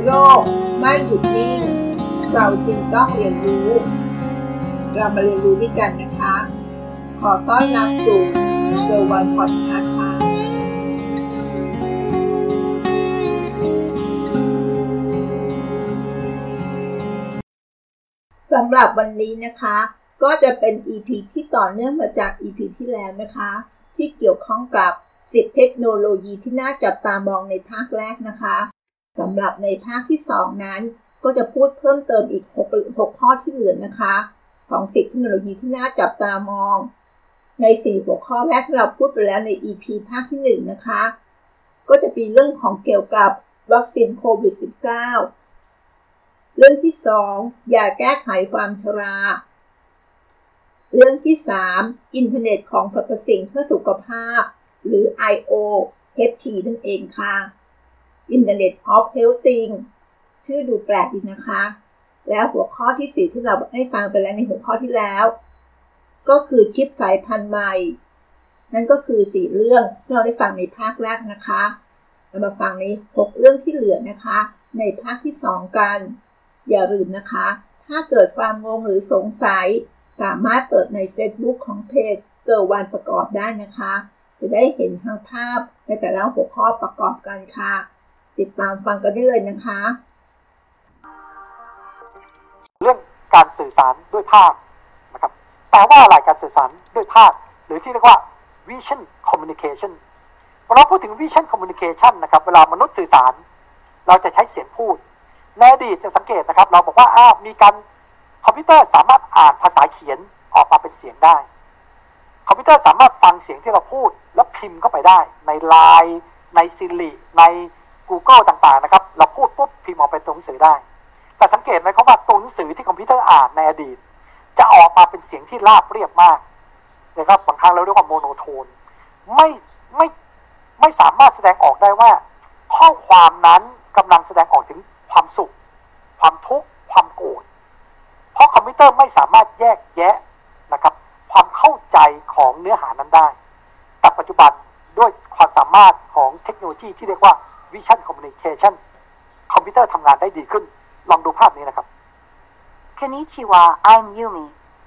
โลกไม่หยุดนิ่งเราจึงต้องเรียนรู้เรามาเรียนรู้ด้วยกันนะคะขอต้อนรับสู่เซอร์วันพอดคาสต์ค่ะสำหรับวันนี้นะคะก็จะเป็น EP ที่ต่อเนื่องมาจาก EP ที่แล้วนะคะที่เกี่ยวข้องกับ10เทคโนโลยีที่น่าจับตามองในภาคแรกนะคะสำหรับในภาคที่2นั้นก็จะพูดเพิ่มเติมอีก6ข้อที่เหลือนะคะของ10เทคโนโลยีที่น่าจับตามองใน4หัวข้อแรกที่เราพูดไปแล้วใน EP ภาคที่1นะคะก็จะเป็นเรื่องของเกี่ยวกับวัคซีนโควิด -19 เรื่องที่2ยาแก้ไขความชราเรื่องที่3อินเทอร์เน็ตของสรรพสิ่งเพื่อสุขภาพหรือ IoT นั่นเองค่ะ Internet of Health Things ชื่อดูแปลกดีนะคะแล้วหัวข้อที่4ที่เราได้ฟังไปแล้วในหัวข้อที่แล้วก็คือชิปสายพันธุ์ใหม่นั่นก็คือ4เรื่องที่เราได้ฟังในภาคแรกนะคะเรามาฟังใน6เรื่องที่เหลือนะคะในภาคที่2กันอย่าลืมนะคะถ้าเกิดความงงหรือสงสัยสามารถเปิดใน Facebook ของเพจเกิร์ลวันประกอบได้นะคะจะได้เห็นทั้งภาพในแต่ละหัวข้อประกอบกันค่ะติดตามฟังกันได้เลยนะคะเรื่องการสื่อสารด้วยภาพนะครับแต่ว่าอะไรการสื่อสารด้วยภาพหรือที่เรียกว่า Vision Communication เวลาพูดถึง Vision Communication นะครับเวลามนุษย์สื่อสารเราจะใช้เสียงพูดในอดีตจะสังเกตนะครับเราบอกว่ามีการคอมพิวเตอร์สามารถอ่านภาษาเขียนออกมาเป็นเสียงได้คอมพิวเตอร์สามารถฟังเสียงที่เราพูดแล้วพิมพ์เข้าไปได้ใน LINE ใน Siri ใน Google ต่างๆนะครับเราพูดปุ๊บพิมพ์ออกเป็นตัวหนังสือได้แต่สังเกตไหมครับว่าตัวหนังสือที่คอมพิวเตอร์อ่านในอดีตจะออกมาเป็นเสียงที่ราบเรียบมากนะครับบางครั้งเราเรียกว่าโมโนโทนไม่สามารถแสดงออกได้ว่าข้อความนั้นกำลังแสดงออกถึงความสุขความทุกข์ความโกรธเพราะคอมพิวเตอร์ไม่สามารถแยกแยะนะครับความเข้าใจของเนื้อหานั้นได้แต่ปัจจุบันด้วยความสามารถของเทคโนโลยีที่เรียกว่า Vision Communication คอมพิวเตอร์ทำงานได้ดีขึ้นลองดูภาพนี้นะครับ Konnichiwa, I'm Yumi.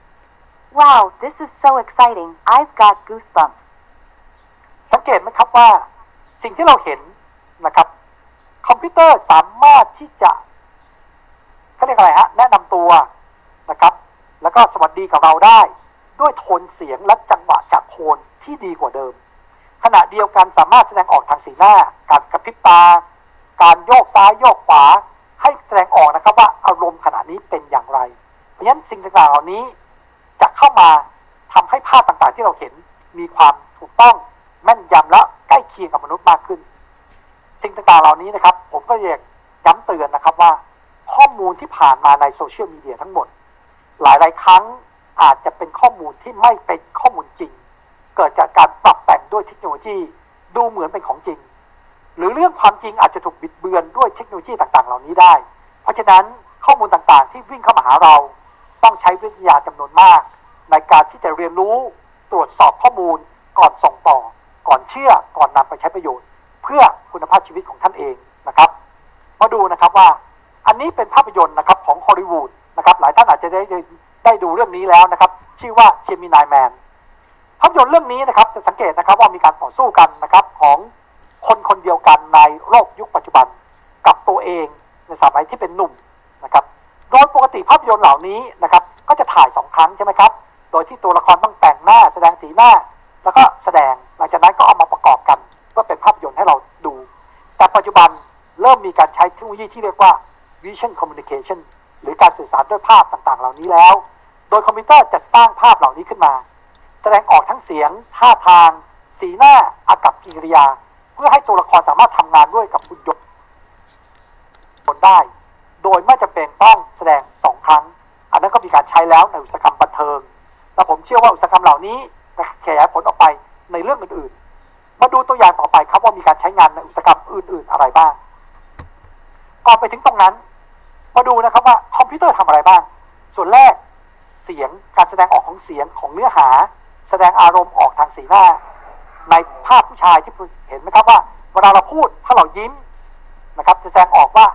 Wow, this is so exciting. I've got goosebumps. สังเกตไหมครับว่าสิ่งที่เราเห็นนะครับคอมพิวเตอร์สามารถที่จะเขาเรียกอะไรฮะแนะนำตัวนะครับแล้วก็สวัสดีกับเราได้ด้วยโทนเสียงและจังหวะจากโทนที่ดีกว่าเดิมขณะเดียวกันสามารถแสดงออกทางสีหน้าการกระพริบตาการโยกซ้ายโยกขวาให้แสดงออกนะครับว่าอารมณ์ขณะนี้เป็นอย่างไรเพราะฉะนั้นสิ่งต่างๆเหล่านี้จะเข้ามาทำให้ภาพต่างๆที่เราเห็นมีความถูกต้องแม่นยำและใกล้เคียงกับมนุษย์มากขึ้นสิ่งต่างๆเหล่านี้นะครับผมก็อยากย้ำเตือนนะครับว่าข้อมูลที่ผ่านมาในโซเชียลมีเดียทั้งหมดหลายๆครั้งอาจจะเป็นข้อมูลที่ไม่เป็นข้อมูลจริงเกิดจากการปรับแต่งด้วยเทคโนโลยีดูเหมือนเป็นของจริงหรือเรื่องความจริงอาจจะถูกบิดเบือนด้วยเทคโนโลยีต่างๆเหล่านี้ได้เพราะฉะนั้นข้อมูลต่างๆที่วิ่งเข้ามาหาเราต้องใช้วิทยาจำนวนมากในการที่จะเรียนรู้ตรวจสอบข้อมูลก่อนส่งต่อก่อนเชื่อก่อนนำไปใช้ประโยชน์เพื่อคุณภาพชีวิตของท่านเองนะครับมาดูนะครับว่าอันนี้เป็นภาพยนตร์นะครับของฮอลลีวูดนะครับหลายท่านอาจจะได้ดูเรื่องนี้แล้วนะครับชื่อว่า Gemini Man ภาพยนตร์เรื่องนี้นะครับจะสังเกตนะครับว่ามีการต่อสู้กันนะครับของคนเดียวกันในโลกยุคปัจจุบันกับตัวเองในสมัยที่เป็นหนุ่มนะครับโดยปกติภาพยนตร์เหล่านี้นะครับก็จะถ่าย2ครั้งใช่ไหมครับโดยที่ตัวละครต้องแต่งหน้าแสดงสีหน้าแล้วก็แสดงหลังจากนั้นก็เอามาประกอบกันเพื่อเป็นภาพยนตร์ให้เราดูแต่ปัจจุบันเริ่มมีการใช้เทคโนโลยีที่เรียกว่า Vision Communication หรือการสื่อสารด้วยภาพต่างๆเหล่านี้แล้วโดยคอมพิวเตอร์จะสร้างภาพเหล่านี้ขึ้นมาแสดงออกทั้งเสียงท่าทางสีหน้าอากัปกิริยาเพื่อให้ตัวละครสามารถทำงานด้วยกับหุ่นยนต์ได้โดยไม่จำเป็นต้องแสดง2ครั้งอันนั้นก็มีการใช้แล้วในอุตสาหกรรมบันเทิงและผมเชื่อว่าอุตสาหกรรมเหล่านี้จะขยายผลออกไปในเรื่องอื่นๆมาดูตัวอย่างต่อไปครับว่ามีการใช้งานในอุตสาหกรรมอื่นๆอะไรบ้างก่อนไปถึงตรงนั้นมาดูนะครับว่าคอมพิวเตอร์ทำอะไรบ้างส่วนแรกเสียงการแสดงออกของเสียงของเนื้อหาแสดงอารมณ์ออกทางสีหน้าในภาพผู้ชายที่เห็นไหมครับว่าเวลาเราพูดถ้าเรายิ้มนะครับแสดงออกว่า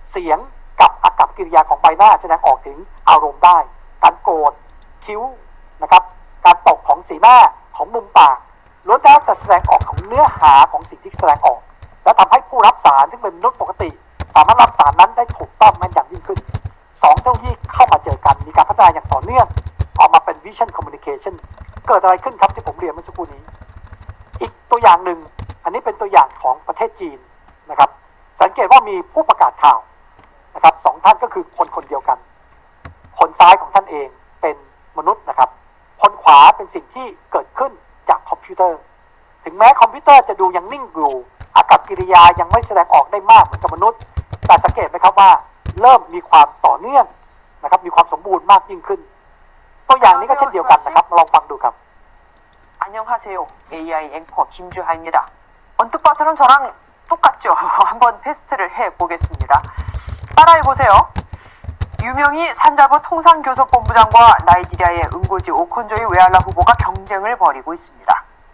เสียงกับอากัปกิริยาของใบหน้าแสดงออกถึงอารมณ์ได้การโกรธคิ้วนะครับการตกของสีหน้าของมุมปากล้วนแล้วจะแสดงออกของเนื้อหาของสิ่งที่แสดงออกและทำให้ผู้รับสารซึ่งเป็นมนุษย์ปกติสามารถรับสารนั้นได้ถูกต้องแม่นยำยิ่งขึ้นสองเทคโนโลยีเข้ามาเจอกันมีการพัฒนาอย่างต่อเนื่องออกมาเป็น Vision Communication เกิดอะไรขึ้นครับที่ผมเรียนเมื่อสักครู่นี้อีกตัวอย่างหนึ่งอันนี้เป็นตัวอย่างของประเทศจีนนะครับสังเกตว่ามีผู้ประกาศข่าวนะครับสองท่านก็คือคนเดียวกันคนซ้ายของท่านเองเป็นมนุษย์นะครับคนขวาเป็นสิ่งที่เกิดขึ้นจากคอมพิวเตอร์ถึงแม้คอมพิวเตอร์จะดูยังนิ่งอยู่อากัปกิริยายังไม่แสดงออกได้มากเหมือนกับมนุษย์แต่สังเกตไหมครับว่าเริ่มมีความต่อเนื่องนะครับมีความสมบูรณ์มากยิ่งขึ้นตัวอย่างนี้ก็เช่นเดียวกันนะครับลองฟังดูครับ 안녕하세요. AI 앵커 김주하입니다. 언뜻 봐서는 저랑 똑같죠? 한번 테스트를 해보겠습니다. 따라해보세요. 유명희 산자부 통상교섭본부장과 나이지리아의 응고지 오콘조이 웨알라 후보가 경쟁을 벌이고 있습니다.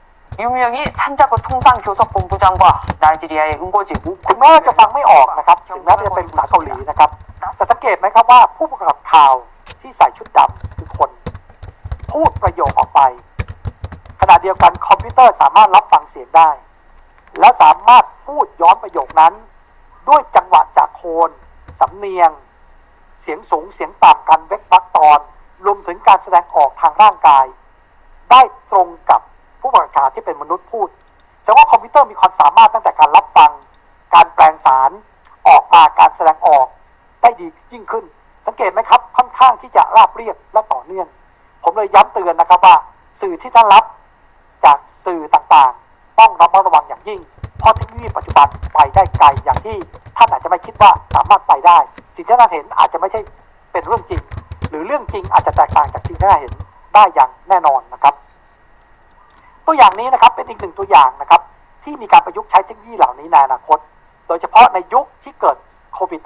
유명희 산자부 통상교섭본부장과 나이지리아의 응고지 ถึงแม้จะฟังไม่ออกนะครับถึงแม้จะเป็นภาษาเกาหลีนะครับแต่สังเกตไหมครับว่าผู้ประกาศข่าวที่ใส่ชุดดำคือคนพูดประโยคออกไปขณะเดียวกันคอมพิวเตอร์สามารถรับฟังเสียงได้และสามารถพูดย้อนประโยคนั้นด้วยจังหวะจากโคนสำเนียงเสียงสูงเสียงต่ำการเว้นวรรคตอนรวมถึงการแสดงออกทางร่างกายได้ตรงกับผู้ประกาศข่าวที่เป็นมนุษย์พูดแสดงว่าคอมพิวเตอร์มีความสามารถตั้งแต่การรับฟังการแปลงสารออกมาการแสดงออกได้ดียิ่งขึ้นสังเกตไหมครับค่อนข้างที่จะราบเรียบและต่อเนื่องผมเลยย้ำเตือนนะครับว่าสื่อที่ท่านรับจากสื่อต่างๆต้องระมัดระวังอย่างยิ่งเพราะเทคโนโลยีปัจจุบันไปได้ไกลอย่างที่ท่านอาจจะไม่คิดว่าสามารถไปได้สิ่งที่ท่านเห็นอาจจะไม่ใช่เป็นเรื่องจริงหรือเรื่องจริงอาจจะแตกต่างจากสิ่งที่ท่านเห็นได้อย่างแน่นอนนะครับตัวอย่างนี้นะครับเป็นอีกหนึ่งตัวอย่างนะครับที่มีการประยุกต์ใช้เทคโนโลยีเหล่านี้ในอนาคตโดยเฉพาะในยุคที่เกิดโควิด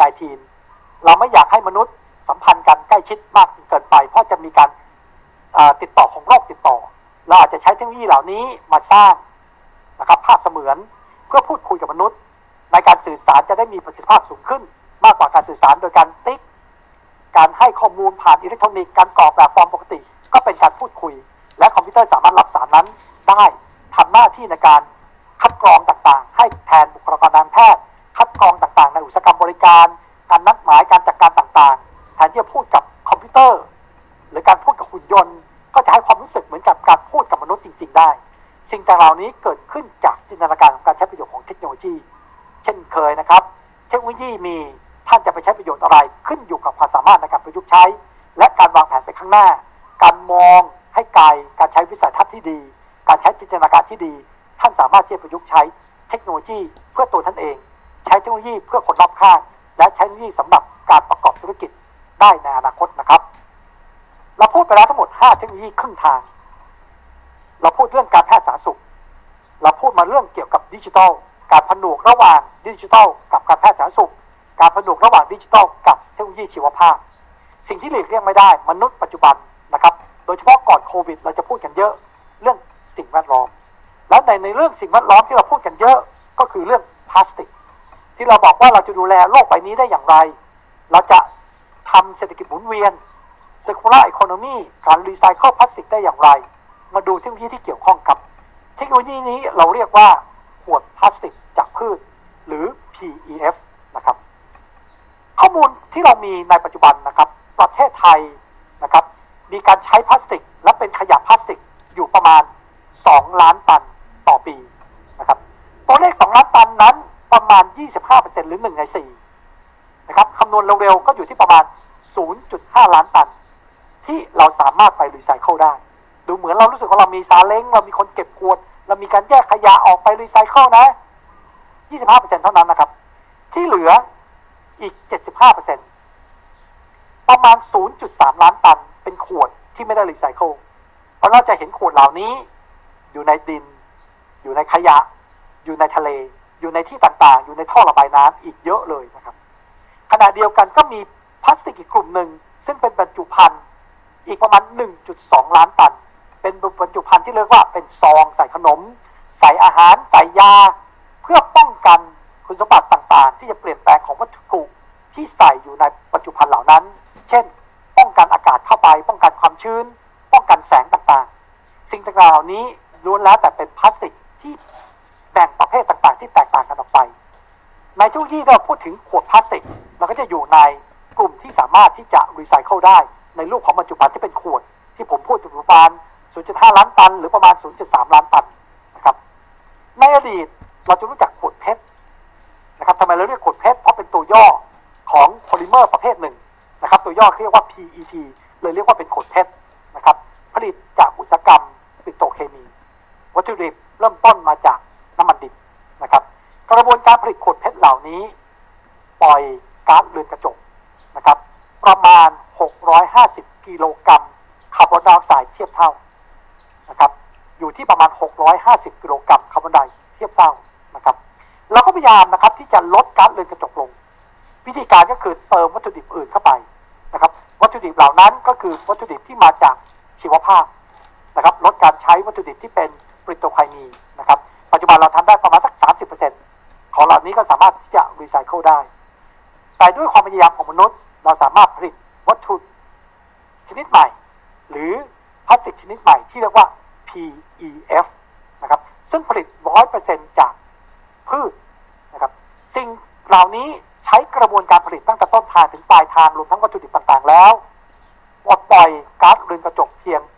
-19 เราไม่อยากให้มนุษย์สัมพันธ์กันใกล้ชิดมากเกินไปเพราะจะมีการติดต่อของโรคติดต่อเราอาจจะใช้เทคโนโลยีเหล่านี้มาสร้างนะครับภาพเสมือนเพื่อพูดคุยกับมนุษย์ในการสื่อสารจะได้มีประสิทธิภาพสูงขึ้นมากกว่าการสื่อสารโดยการติ๊กการให้ข้อมูลผ่านอิเล็กทรอนิกส์การกรอกแบบฟอร์มปกติก็เป็นการพูดคุยและคอมพิวเตอร์สามารถรับสารนั้นได้ทำหน้าที่ในการคัดกรองต่างๆให้แทนบุคลากรทางแพทย์คัดกรองต่างๆในอุตสาหกรรมบริการการนัดหมายการจัดการต่างๆแทนที่จะพูดกับคอมพิวเตอร์หรือการพูดกับหุ่นยนต์ก็จะให้ความรู้สึกเหมือนกับการพูดกับมนุษย์จริงๆได้สิ่งต่างเหล่านี้เกิดขึ้นจากจินตนาการของการใช้ประโยชน์ของเทคโนโลยีเช่นเคยนะครับเทคโนโลยีมีท่านจะไปใช้ประโยชน์อะไรขึ้นอยู่กับความสามารถในการประยุกต์ใช้และการวางแผนไปข้างหน้าการมองให้ไกลการใช้วิสัยทัศน์ที่ดีการใช้จินตนาการที่ดีท่านสามารถที่จะประยุกต์ใช้เทคโนโลยีเพื่อตัวท่านเองใช้เทคโนโลยีเพื่อคนรอบข้างและใช้เทคโนโลยีสำหรับการประกอบธุรกิจได้ในอนาคตนะครับเราพูดไปแล้วทั้งหมด5เทคโนโลยีครึ่งทางเราพูดเรื่องการแพทย์สาธารณสุขเราพูดมาเรื่องเกี่ยวกับดิจิทัลการผนวกระหว่างดิจิทัลกับการแพทย์สาธารณสุขการผนวกระหว่างดิจิทัลกับเทคโนโลยีชีวภาพสิ่งที่หลีกเลี่ยงไม่ได้มนุษย์ปัจจุบันนะครับโดยเฉพาะก่อนโควิดเราจะพูดกันเยอะเรื่องสิ่งแวดล้อมแล้วในเรื่องสิ่งแวดล้อมที่เราพูดกันเยอะก็คือเรื่องพลาสติกที่เราบอกว่าเราจะดูแลโลกใบนี้ได้อย่างไรเราจะทำเศรษฐกิจหมุนเวียนcircular economy การรีไซเคิลพลาสติกได้อย่างไรมาดูเทคโนโลยีที่เกี่ยวข้องกับเทคโนโลยีนี้เราเรียกว่าขวดพลาสติกจากพืชหรือ PEF นะครับข้อมูลที่เรามีในปัจจุบันนะครับประเทศไทยนะครับมีการใช้พลาสติกและเป็นขยะพลาสติกอยู่ประมาณ2 ล้านตันต่อปีนะครับตัวเลข2 ล้านตันนั้นประมาณ 25% หรือ1 ใน 4นะครับคำนวณเร็วๆก็อยู่ที่ประมาณ 0.5 ล้านตันที่เราสามารถไปรีไซเคิลได้ดูเหมือนเรารู้สึกว่าเรามีซาเล้งเรามีคนเก็บขวดเรามีการแยกขยะออกไปรีไซเคิลนะ 25% เท่านั้นนะครับที่เหลืออีก 75% ประมาณ 0.3 ล้านตันเป็นขวดที่ไม่ได้รีไซเคิลเพราะเราจะเห็นขวดเหล่านี้อยู่ในดินอยู่ในขยะอยู่ในทะเลอยู่ในที่ต่างๆอยู่ในท่อระบายน้ำอีกเยอะเลยนะครับขณะเดียวกันก็มีพลาสติกอีกกลุ่มหนึ่งซึ่งเป็นบรรจุภัณฑ์อีกประมาณ 1.2 ล้านตันเป็นบรรจุภัณฑ์ที่เรียกว่าเป็นซองใส่ขนมใส่อาหารใส่ยาเพื่อป้องกันคุณสมบัติต่างๆที่จะเปลี่ยนแปลงของวัตถุที่ที่ใส่อยู่ในปัจจุบันเหล่านั้นเช่นป้องกันอากาศเข้าไปป้องกันความชื้นป้องกันแสงต่างๆสิ่งต่างๆเหล่านี้ล้วนแล้วแต่เป็นพลาสติกที่แบ่งประเภทต่างๆที่แตกต่างกันออกไปในเทคโนโลยีเราพูดถึงขวดพลาสติกเราก็จะอยู่ในกลุ่มที่สามารถที่จะรีไซเคิลได้ในรูปของปัจจุบันที่เป็นขวดที่ผมพูดถึงประมาณ 0.5 ล้านตันหรือประมาณ 0.3 ล้านตันนะครับในอดีตเราจะรู้จักขวดเพชรนะครับทำไมเราเรียกขวดเพชรเพราะเป็นตัวย่อของโพลิเมอร์ประเภทหนึ่งนะครับตัวย่อเรียกว่า PET เลยเรียกว่าเป็นขวดเพชรนะครับผลิตจากอุตสาหกรรมปิโตรเคมีวัตถุดิบเริ่มต้นมาจากน้ำมันดิบนะครับกระบวนการผลิตขวดเพชรเหล่านี้ปล่อยก๊าซเรือนกระจกนะครับประมาณ650กิโลกรัมคาร์บอนไดออกไซด์เทียบเท่านะครับอยู่ที่ประมาณ650กิโลกรัมคาร์บอนไดเทียบเท่านะครับเราก็พยายามนะครับที่จะลดก๊าซเรือนกระจกลงวิธีการก็คือเติมวัตถุดิบอื่นเข้าไปนะครับวัตถุดิบเหล่านั้นก็คือวัตถุดิบที่มาจากชีวภาพนะครับลดการใช้วัตถุดิบที่เป็นปิโตรเคมีนะครับปัจจุบันเราทำได้ประมาณสัก 30% ของเหล่านี้ก็สามารถที่จะรีไซเคิลได้แต่ด้วยความพยายามของมนุษย์เราสามารถผลิตวัตถุชนิดใหม่หรือพลาสติกชนิดใหม่ที่เรียกว่า PEF นะครับซึ่งผลิต 100% จากพืชนะครับสิ่งเหล่านี้ใช้กระบวนการผลิตตั้งแต่ต้นทางถึงปลายทางรวมทั้งวัตถุดิบต่างๆแล้วปล่อยก๊าซเรือนกระจกเพียง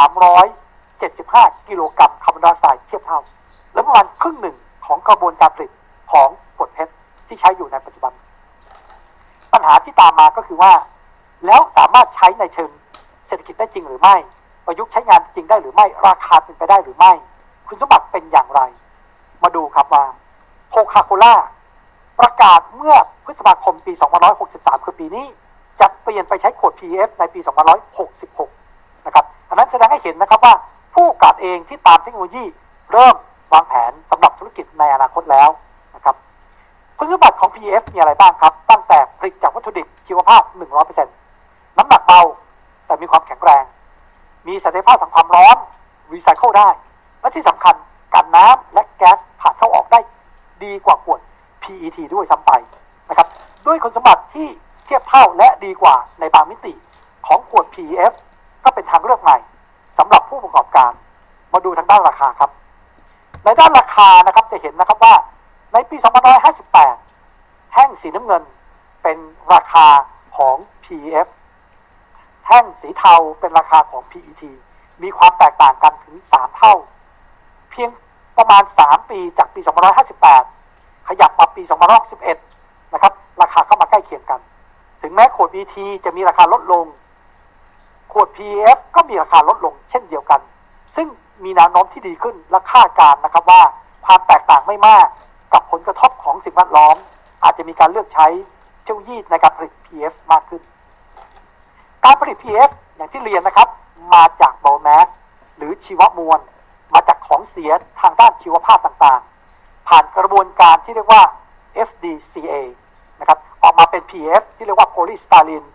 375กิโลกรัมคาร์บอนไดออกไซด์เทียบเท่าและประมาณครึ่งหนึ่งของกระบวนการผลิตของขวดเพชรที่ใช้อยู่ในปัจจุบันปัญหาที่ตามมาก็คือว่าแล้วสามารถใช้ในเชิงเศรษฐกิจได้จริงหรือไม่ประยุกต์ใช้งานจริงได้หรือไม่ราคาเป็นไปได้หรือไม่คุณสมบัติเป็นอย่างไรมาดูครับว่าโคคาโคล่าประกาศเมื่อพฤษภาคมปี2563คือปีนี้จะเปลี่ยนไปใช้ขวด PEF ในปี2566นะครับอันนั้นแสดงให้เห็นนะครับว่าผู้ประกาศเองที่ตามเทคโนโลยีเริ่มวางแผนสำหรับธุรกิจในอนาคตแล้วนะครับคุณสมบัติของ PEF มีอะไรบ้างครับตั้งแต่ผลิตจากวัตถุดิบชีวภาพ 100% น้ำหนักเบาแต่มีความแข็งแรงมีศักยภาพทางความร้อนรีไซเคิลได้และที่สำคัญกันน้ำและแก๊สผ่านเข้าออกได้ดีกว่าขวด PET ด้วยซ้ำไปนะครับด้วยคุณสมบัติที่เทียบเท่าและดีกว่าในบางมิติของขวด PEF ก็เป็นทางเลือกใหม่สำหรับผู้ประกอบการมาดูทางด้านราคาครับในด้านราคานะครับจะเห็นนะครับว่าในปี2558แท่งสีน้ำเงินเป็นราคาของ PEF แท่งสีเทาเป็นราคาของ PET มีความแตกต่างกันถึง3เท่าเพียงประมาณ3ปีจากปี2558ขยับมาปี2561นะครับราคาเข้ามาใกล้เคียงกันถึงแม้ขวด PET จะมีราคาลดลงขวด PEF ก็มีราคาลดลงเช่นเดียวกันซึ่งมีแนวโน้มที่ดีขึ้นและคาดการณ์นะครับว่าความแตกต่างไม่มากกับผลกระทบของสิ่งแวดล้อมอาจจะมีการเลือกใช้เทคโนโลยีในการผลิต PEF มากขึ้นการผลิต PEF อย่างที่เรียนนะครับมาจากไบโอแมสหรือชีวมวลมาจากของเสียทางด้านชีวภาพต่างๆผ่านกระบวนการที่เรียกว่า FDCA นะครับออกมาเป็น PEF ที่เรียกว่า polystyrene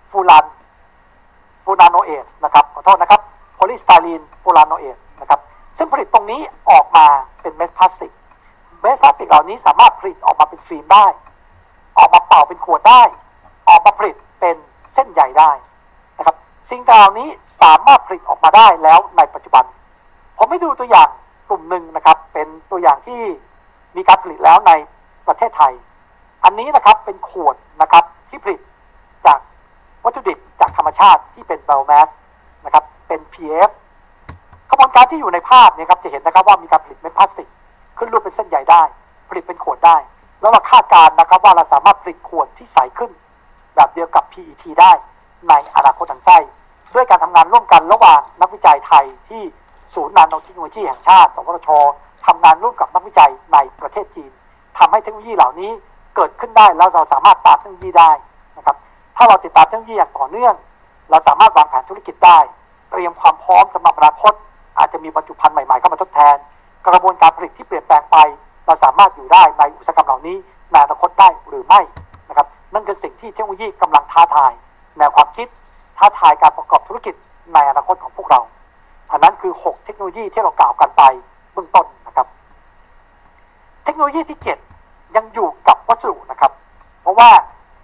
fulanoate นะครับขอโทษนะครับ polystyrene fulanoate นะครับซึ่งผลิตตรงนี้ออกมาเป็นเม็ดพลาสติกเม็ดพลาสติกเหล่านี้สามารถผลิตออกมาเป็นฟิล์มได้ออกมาเป่าเป็นขวดได้ออกมาผลิตเป็นเส้นใยได้นะครับสิ่งเหล่านี้สามารถผลิตออกมาได้แล้วในปัจจุบันผมให้ดูตัวอย่างกลุ่มหนึ่งนะครับเป็นตัวอย่างที่มีการผลิตแล้วในประเทศไทยอันนี้นะครับเป็นขวดนะครับที่ผลิตจากวัตถุดิบจากธรรมชาติที่เป็นไบโอแมสนะครับเป็น PEF กระบวนการที่อยู่ในภาพเนี่ยครับจะเห็นนะครับว่ามีการผลิตเม็ดพลาสติกขึ้นรูปเป็นเส้นใยได้ผลิตเป็นขวดได้แล้วเราคาดการณ์นะครับว่าเราสามารถผลิตขวดที่ใสขึ้นแบบเดียวกับ PET ได้ในอนาคตอันใกล้ด้วยการทำงานร่วมกันระหว่างนักวิจัยไทยที่ศูนย์นาโนเทคโนโลยีแห่งชาติสวทช.ทำงานร่วมกับนักวิจัยในประเทศจีนทำให้เทคโนโลยีเหล่านี้เกิดขึ้นได้แล้วเราสามารถตามเทคโนโลยีได้นะครับถ้าเราติดตามเทคโนโลยีอย่างต่อเนื่องเราสามารถวางแผนธุรกิจได้เตรียมความพร้อมสำหรับอนาคตอาจจะมีบรรจุภัณฑ์ใหม่ๆเข้ามาทดแทนกระบวนการผลิตที่เปลี่ยนแปลงไปเราสามารถอยู่ได้ในอุตสาหกรรมเหล่านี้ในอนาคตได้หรือไม่นะครับนั่นคือสิ่งที่เทคโนโลยีกำลังท้าทายแนวความคิดท้าทายการประกอบธุรกิจในอนาคตของพวกเราอันนั้นคือ6เทคโนโลยีที่เรากล่าวกันไปเบื้องต้นนะครับเทคโนโลยีที่7ยังอยู่กับวัสดุนะครับเพราะว่า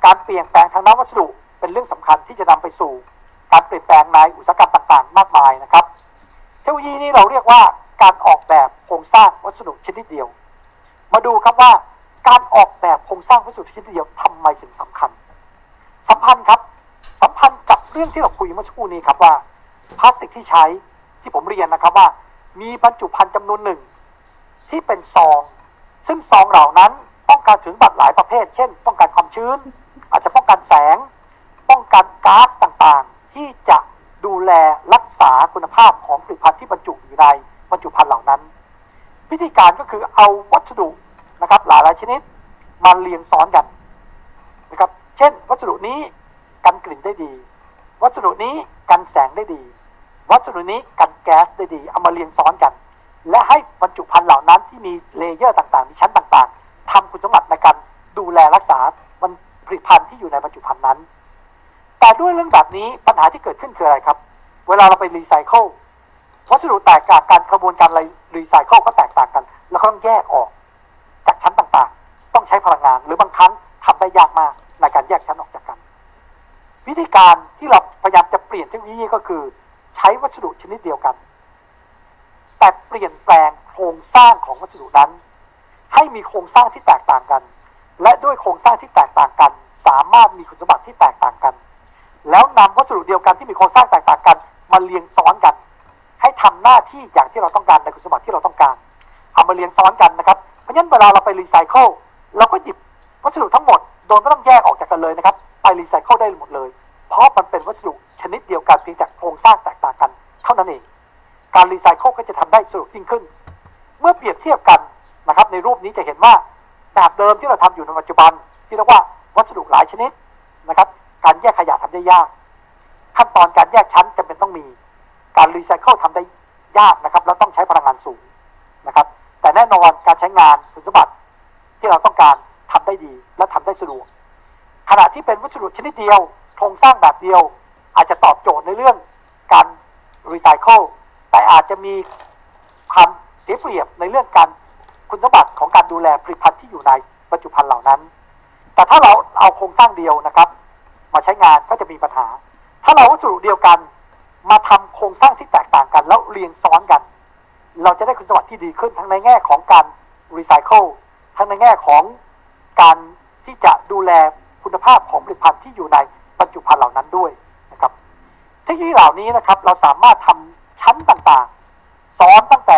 การเปลี่ยนแปลงทางด้านวัสดุเป็นเรื่องสำคัญที่จะนำไปสู่การเปลี่ยนแปลงในอุตสาหกรรมต่างๆมากมายนะครับเทคโนโลยีนี้เราเรียกว่าการออกแบบโครงสร้างวัสดุชนิดเดียวมาดูครับว่าการออกแบบโครงสร้างวัสดุชนิดเดียวทำไมถึงสำคัญสัมพันธ์ครับสัมพันธ์กับเรื่องที่เราคุยเมื่อสักครู่นี้ครับว่าพลาสติกที่ใช้ที่ผมเรียนนะครับว่ามีบรรจุภัณฑ์จำนวนหนึ่งที่เป็นซองซึ่งซองเหล่านั้นป้องกันถึงบัตรหลายประเภทเช่นป้องกันความชื้นอาจจะป้องกันแสงป้องกันก๊าซต่างๆที่จะดูแลรักษาคุณภาพของผลิตภัณฑ์ที่บรรจุอยู่ในบรรจุภัณฑ์เหล่านั้นวิธีการก็คือเอาวัสดุนะครับหลายชนิดมาเรียงซ้อนกันนะครับเช่นวัสดุนี้กันกลิ่นได้ดีวัสดุนี้กันแสงได้ดีวัสดุนี้กันแก๊สได้ดีเอามาเรียงซ้อนกันและให้บรรจุภัณฑ์เหล่านั้นที่มีเลเยอร์ต่างๆมีชั้นต่างๆทำคุณสมบัติในการดูแลรักษาผลิตภัณฑ์ที่อยู่ในบรรจุภัณฑ์นั้นแต่ด้วยเรื่องแบบนี้ปัญหาที่เกิดขึ้นคืออะไรครับเวลาเราไปรีไซเคิลวัสดุแตกต่างกันกระบวนการรีไซเคิลก็แตกต่างกันแล้วก็ต้องแยกออกจากชั้นต่างๆต้องใช้พลังงานหรือบางครั้งทำได้ยากมากในการแยกชั้นออกจากกันวิธีการที่เราพยายามจะเปลี่ยนเทคโนโลยีก็คือใช้วัสดุชนิดเดียวกันแต่เปลี่ยนแปลงโครงสร้างของวัสดุนั้นให้มีโครงสร้างที่แตกต่างกันและด้วยโครงสร้างที่แตกต่างกันสามารถมีคุณสมบัติที่แตกต่างกันแล้วนำวัสดุเดียวกันที่มีโครงสร้างแตกต่างกันมาเรียงซ้อนกันให้ทำหน้าที่อย่างที่เราต้องการในคุณสมบัติที่เราต้องการเอามาเรียงซ้อนกันนะครับเพราะฉะนั้นเวลาเราไปรีไซเคิลเราก็หยิบวัสดุทั้งหมดโดยไม่ต้องแยกออกจากกันเลยนะครับไปรีไซเคิลได้หมดเลยเพราะมันเป็นวัสดุชนิดเดียวกันเพียงแต่โครงสร้างแตกต่างกันเท่านั้นเองการรีไซเคิลก็จะทำได้สะดวกยิ่งขึ้นเมื่อเปรียบเทียบกันนะครับในรูปนี้จะเห็นว่าแบบเดิมที่เราทำอยู่ในปัจจุบันที่เรียกว่าวัสดุหลายชนิดนะครับการแยกขยะทำได้ยากขั้นตอนการแยกชั้นจำเป็นต้องมีการรีไซเคิลทำได้ยากนะครับแล้วต้องใช้พลังงานสูงนะครับแต่แน่นอนการใช้งานคุณสมบัติที่เราต้องการทำได้ดีและทำได้สะดวกขณะที่เป็นวัสดุชนิดเดียวโครงสร้างแบบเดียวอาจจะตอบโจทย์ในเรื่องการรีไซเคิลแต่อาจจะมีความเสียเปรียบในเรื่องการคุณสมบัติของการดูแลผลิตภัณฑ์ที่อยู่ในบรรจุภัณฑ์เหล่านั้นแต่ถ้าเราเอาโครงสร้างเดียวนะครับมาใช้งานก็จะมีปัญหาถ้าเราวัสดุเดียวกันมาทำโครงสร้างที่แตกต่างกันแล้วเรียงซ้อนกันเราจะได้คุณสมบัติที่ดีขึ้นทั้งในแง่ของการรีไซเคิลทั้งในแง่ของการที่จะดูแลคุณภาพของผลิตภัณฑ์ที่อยู่ในบรรจุภัณฑ์เหล่านั้นด้วยนะครับเทคโนโลยีเหล่านี้นะครับเราสามารถทำชั้นต่างๆซ้อนตั้งแต่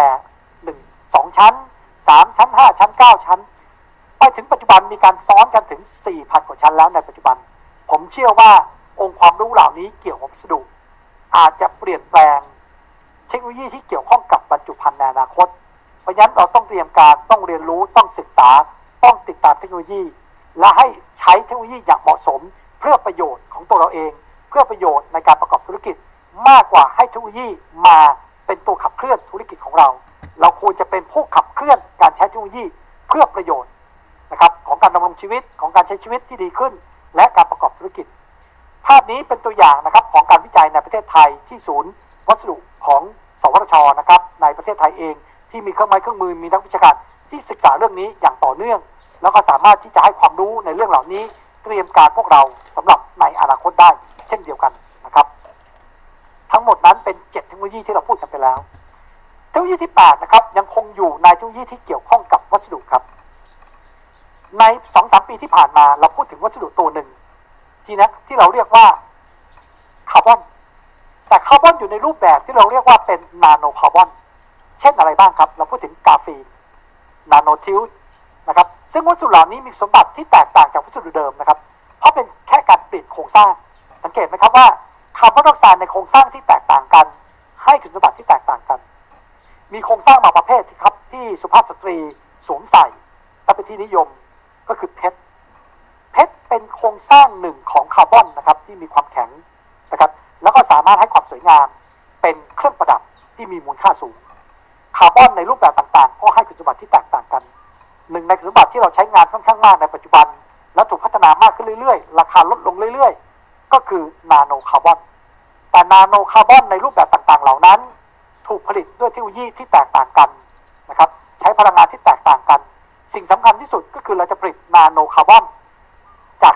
1 2ชั้น3ชั้น5ชั้น9ชั้นไปถึงปัจจุบันมีการซ้อนกันถึง 4,000 กว่าชั้นแล้วในปัจจุบันผมเชื่อว่าองค์ความรู้เหล่านี้เกี่ยวกับวัสดุอาจจะเปลี่ยนแปลงเทคโนโลยีที่เกี่ยวข้องกับบรรจุภัณฑ์ในอนาคตเพราะฉะนั้นเราต้องเตรียมการต้องเรียนรู้ต้องศึกษาต้องติดตามเทคโนโลยีและให้ใช้เทคโนโลยีอย่างเหมาะสมเพื่อประโยชน์ของตัวเราเองเพื่อประโยชน์ในการประกอบธุรกิจมากกว่าให้เทคโนโลยีมาเป็นตัวขับเคลื่อนธุรกิจของเราเราควรจะเป็นผู้ขับเคลื่อนการใช้เทคโนโลยีเพื่อประโยชน์นะครับของการดำรงชีวิตของการใช้ชีวิตที่ดีขึ้นและการประกอบธุรกิจภาพนี้เป็นตัวอย่างนะครับของการวิจัยในประเทศไทยที่ศูนย์วัสดุของสวทช.นะครับในประเทศไทยเองที่มีเครื่องไม้เครื่องมือมีนักวิชาการที่ศึกษาเรื่องนี้อย่างต่อเนื่องแล้วก็สามารถที่จะให้ความรู้ในเรื่องเหล่านี้เตรียมการพวกเราสำหรับในอนาคตได้เช่นเดียวกันนะครับทั้งหมดนั้นเป็น7เทคโนโลยีที่เราพูดกันไปแล้วเทคโนโลยีที่8นะครับยังคงอยู่ในเทคโนโลยีที่เกี่ยวข้องกับวัสดุครับใน 2-3 ปีที่ผ่านมาเราพูดถึงวัสดุตัวหนึ่งที่เราเรียกว่าคาร์บอนแต่คาร์บอนอยู่ในรูปแบบที่เราเรียกว่าเป็นนาโนคาร์บอนเช่นอะไรบ้างครับเราพูดถึงกราฟีนนาโนทิวส์นะครับซึ่งวัสดุเหล่านี้มีสมบัติที่แตกต่างจากวัสดุเดิมนะครับเพราะเป็นแค่การเปลี่ยนโครงสร้างสังเกตไหมครับว่าคาร์บอนไดออกไซด์ในโครงสร้างที่แตกต่างกันให้คุณสมบัติที่แตกต่างกันมีโครงสร้างบางประเภทที่สุภาพสตรีสวมใส่และเป็นที่นิยมก็คือเพชรเป็นโครงสร้างหนึ่งของคาร์บอนนะครับที่มีความแข็งนะครับแล้วก็สามารถให้ความสวยงามเป็นเครื่องประดับที่มีมูลค่าสูงคาร์บอนในรูปแบบต่างๆก็ให้คุณสมบัติที่แตกต่างกันหนึ่งในคุณสมบัติที่เราใช้งานค่อนข้างมากในปัจจุบันและถูกพัฒนามากขึ้นเรื่อยๆราคาลดลงเรื่อยๆก็คือนาโนคาร์บอนแต่นาโนคาร์บอนในรูปแบบต่างๆเหล่านั้นถูกผลิตด้วยเทคโนโลยีที่แตกต่างกันนะครับใช้พลังงานที่แตกต่างกันสิ่งสำคัญที่สุดก็คือเราจะผลิตนาโนคาร์บอนจาก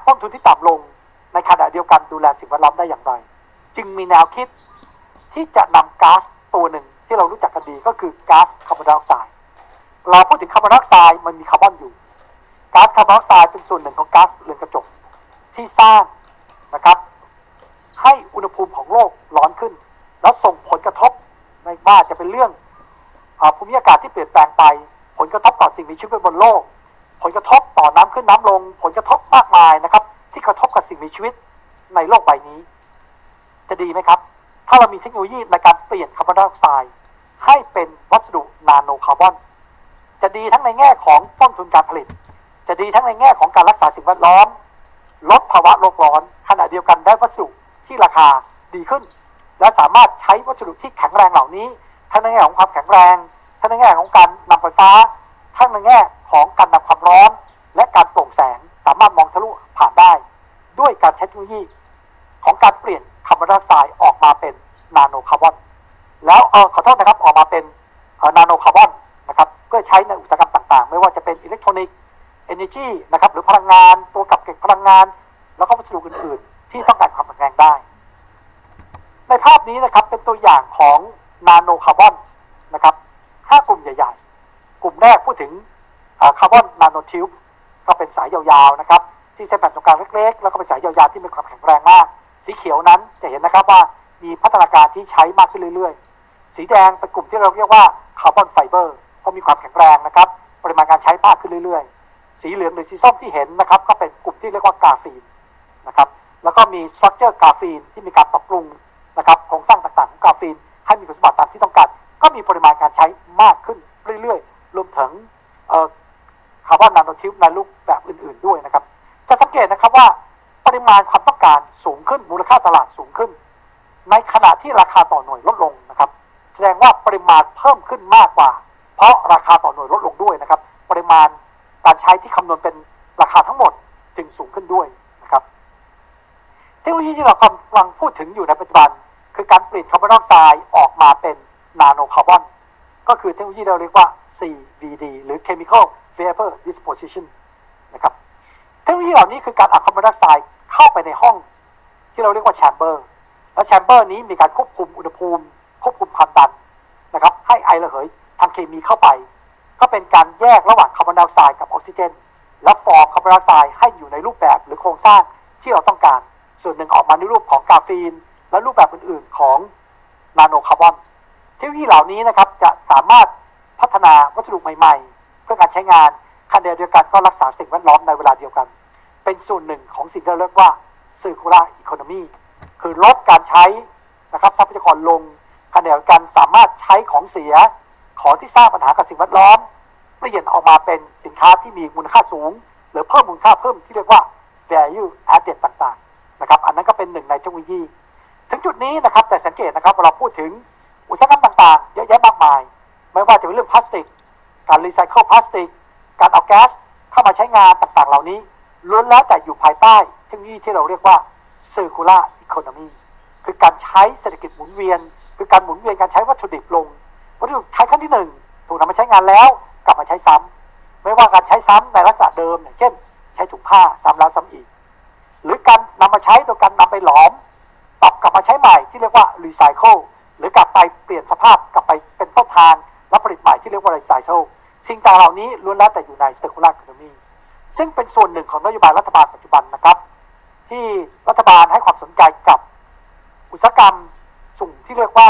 ต้นทุนที่ต่ำลงในขณะเดียวกันดูแลสิ่งแวดล้อมได้อย่างไรจึงมีแนวคิดที่จะนำก๊าซตัวหนึ่งที่เรารู้จักกันดีก็คือก๊าซคาร์บอนไดออกไซด์เราพูดถึงคาร์บอนไดออกไซด์มันมีคาร์บอนอยู่ก๊าซคาร์บอนไดออกไซด์เป็นส่วนหนึ่งของก๊าซเรือนกระจกที่สร้างนะครับให้อุณหภูมิของโลกร้อนขึ้นแล้วส่งผลกระทบไม่ว่าจะเป็นเรื่องภูมิอากาศที่เปลี่ยนแปลงไปผลกระทบต่อสิ่งมีชีวิตบนโลกผลกระทบต่อน้ำขึ้นน้ำลงผลกระทบมากมายนะครับที่กระทบกับสิ่งมีชีวิตในโลกใบนี้จะดีไหมครับถ้าเรามีเทคโนโลยีในการเปลี่ยนคาร์บอนไดออกไซด์ให้เป็นวัสดุนาโนคาร์บอนจะดีทั้งในแง่ของต้นทุนการผลิตจะดีทั้งในแง่ของการรักษาสิ่งแวดล้อมลดภาวะโลกร้อนขณะเดียวกันได้วัสดุที่ราคาดีขึ้นและสามารถใช้วัสดุที่แข็งแรงเหล่านี้ทั้งในแง่ของความแข็งแรงทั้งในแง่ของการนำไฟฟ้าทั้งในแง่ของการนำความร้อนและการโปร่งแสงสามารถมองทะลุผ่านได้ด้วยการใช้เทคโนโลยีของการเปลี่ยนคาร์บอนไดออกไซด์ออกมาเป็นนาโนคาร์บอนแล้วขอโทษนะครับออกมาเป็นนาโนคาร์บอนนะครับเพื่อใช้ในอุตสาหกรรมต่างๆไม่ว่าจะเป็นอิเล็กทรอนิกส์energy นะครับหรือพลังงานตัวกับเก็บพลังงานแล้วก็วัสดุอื่นๆที่ต้องการความแข็งแรงได้ในภาพนี้นะครับเป็นตัวอย่างของนาโนคาร์บอนนะครับ5กลุ่มใหญ่ๆกลุ่มแรกพูดถึงคาร์บอนนาโนทิวบ์ก็เป็นสายยาวๆนะครับที่เส้นแผ่นตรงกลางเล็กๆแล้วก็เป็นสายยาวๆที่มีความแข็งแรงมากสีเขียวนั้นจะเห็นนะครับว่ามีพัฒนาการที่ใช้มากขึ้นเรื่อยๆสีแดงเป็นกลุ่มที่เราเรียกว่าคาร์บอนไฟเบอร์เพราะมีความแข็งแรงนะครับปริมาณการใช้มากขึ้นเรื่อยๆสีเหลืองหรือสีส้มที่เห็นนะครับก็เป็นกลุ่มที่เรียกว่ากราฟีนนะครับแล้วก็มีสตรัคเจอร์กราฟีนที่มีการปรับปรุงนะครับโครงสร้างต่างๆของกราฟีนให้มีคุณสมบัติตามที่ต้องการก็มีปริมาณการใช้มากขึ้นเรื่อยๆรวมถึงคาร์บอนนาโนทิวบ์ในรูปแบบอื่นๆด้วยนะครับจะสังเกตนะครับว่าปริมาณความต้องการสูงขึ้นมูลค่าตลาดสูงขึ้นในขณะที่ราคาต่อหน่วยลดลงนะครับแสดงว่าปริมาณเพิ่มขึ้นมากกว่าเพราะราคาต่อหน่วยลดลงด้วยนะครับปริมาณการใช้ที่คำนวณเป็นราคาทั้งหมดจึงสูงขึ้นด้วยนะครับเทคโนโลยีที่เรากำลังพูดถึงอยู่ในปัจจุบันคือการเปลี่ยนคาร์บอนไดออกไซด์ออกมาเป็นนาโนคาร์บอนก็คือเทคโนโลยีเราเรียกว่า CVD หรือ Chemical Vapor Deposition นะครับเทคโนโลยีเหล่านี้คือการอัดคาร์บอนไดออกไซด์เข้าไปในห้องที่เราเรียกว่าแชมเบอร์และแชมเบอร์นี้มีการควบคุมอุณหภูมิควบคุมความดันนะครับให้ไอระเหยทางเคมีเข้าไปก็เป็นการแยกระหว่างคาร์บอนไดออกไซด์กับออกซิเจนและฟอร์มคาร์บอนไดออกไซด์ให้อยู่ในรูปแบบหรือโครงสร้างที่เราต้องการส่วนหนึ่งออกมาในรูปของกราฟีนและรูปแบบอื่นๆของนาโนคาร์บอนเทคโนโลยีเหล่านี้นะครับจะสามารถพัฒนาวัสดุใหม่ๆเพื่อการใช้งานขณะเดียวกันก็รักษาสิ่งแวดล้อมในเวลาเดียวกันเป็นส่วนหนึ่งของสิ่งที่เราเรียกว่า Circular Economy คือลดการใช้นะครับทรัพยากรลงขณะเดียวกันสามารถใช้ของเสียของที่สร้างปัญหากับสิ่งแวดล้อมเปลี่ยนออกมาเป็นสินค้าที่มีมูลค่าสูงหรือเพิ่มมูลค่าเพิ่มที่เรียกว่า value added ต่างๆนะครับอันนั้นก็เป็นหนึ่งในเทคโนโลยีถึงจุดนี้นะครับแต่สังเกตนะครับเราพูดถึงอุตสาหกรรมต่างๆเยอะแยะมากมายไม่ว่าจะเป็นเรื่องพลาสติกการรีไซเคิลพลาสติกการเอาแก๊สเข้ามาใช้งานต่างๆเหล่านี้ล้วนแล้วแต่อยู่ภายใต้เทคโนโลยีที่เราเรียกว่า Circular Economy คือการใช้เศรษฐกิจหมุนเวียนคือการหมุนเวียนการใช้วัตถุดิบลงวัตถุดิบใช้ครั้งที่1ถูกนำมาใช้งานแล้วกลับมาใช้ซ้ำไม่ว่าการใช้ซ้ำในลักษณะเดิมอย่างเช่นใช้ถุงผ้าซ้ำแล้วซ้ำอีกหรือการนำมาใช้โดยการนำไปหลอมปรับกลับมาใช้ใหม่ที่เรียกว่ารีไซเคิลหรือกลับไปเปลี่ยนสภาพกลับไปเป็นต้นทางและผลิตใหม่ที่เรียกว่ารีไซเคิลสิ่งต่างเหล่านี้ล้วนแล้วแต่อยู่ใน Circular Economy ซึ่งเป็นส่วนหนึ่งของนโยบายรัฐบาลปัจจุบันนะครับที่รัฐบาลให้ความสนใจกับอุตสาหกรรมสุ่มที่เรียกว่า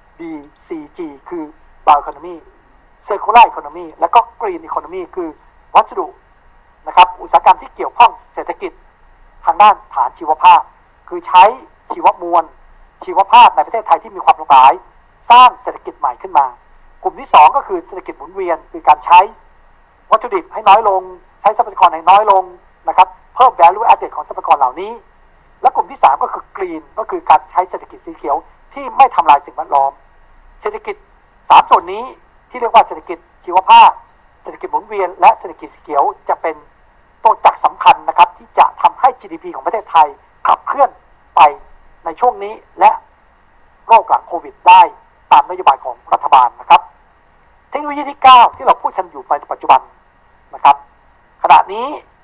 BCG คือ Bioeconomy Circular Economy และก็ Green Economy คือวัสดุนะครับอุตสาหกรรมที่เกี่ยวข้องเศรษฐกิจทางด้านฐานชีวภาพคือใช้ชีวมวลชีวภาพในประเทศไทยที่มีความหลากหลายสร้างเศรษฐกิจใหม่ขึ้นมากลุ่มที่2ก็คือเศรษฐกิจหมุนเวียนคือการใช้วัตถุดิบให้น้อยลงใช้ทรัพยากรให้น้อยลงนะครับเพิ่ม value added ของทรัพยากรเหล่านี้และกลุ่มที่3ก็คือ green ก็คือการใช้เศรษฐกิจสีเขียวที่ไม่ทำลายสิ่งแวดล้อมเศรษฐกิจ3ส่วนนี้ที่เรียกว่าเศรษฐกิจชีวภาพเศรษฐกิจหมุนเวียนและเศรษฐกิจสีเขียวจะเป็นตัวจักรสำคัญนะครับที่จะทำให้ GDP ของประเทศไทยขับเคลื่อนไปในช่วงนี้และโรคหลังโควิดได้ตามนโยบายของรัฐบาลนะครับเทคโนโลยีที่9ที่เราพูดกันอยู่ในปัจจุบันนะครับขณะนี้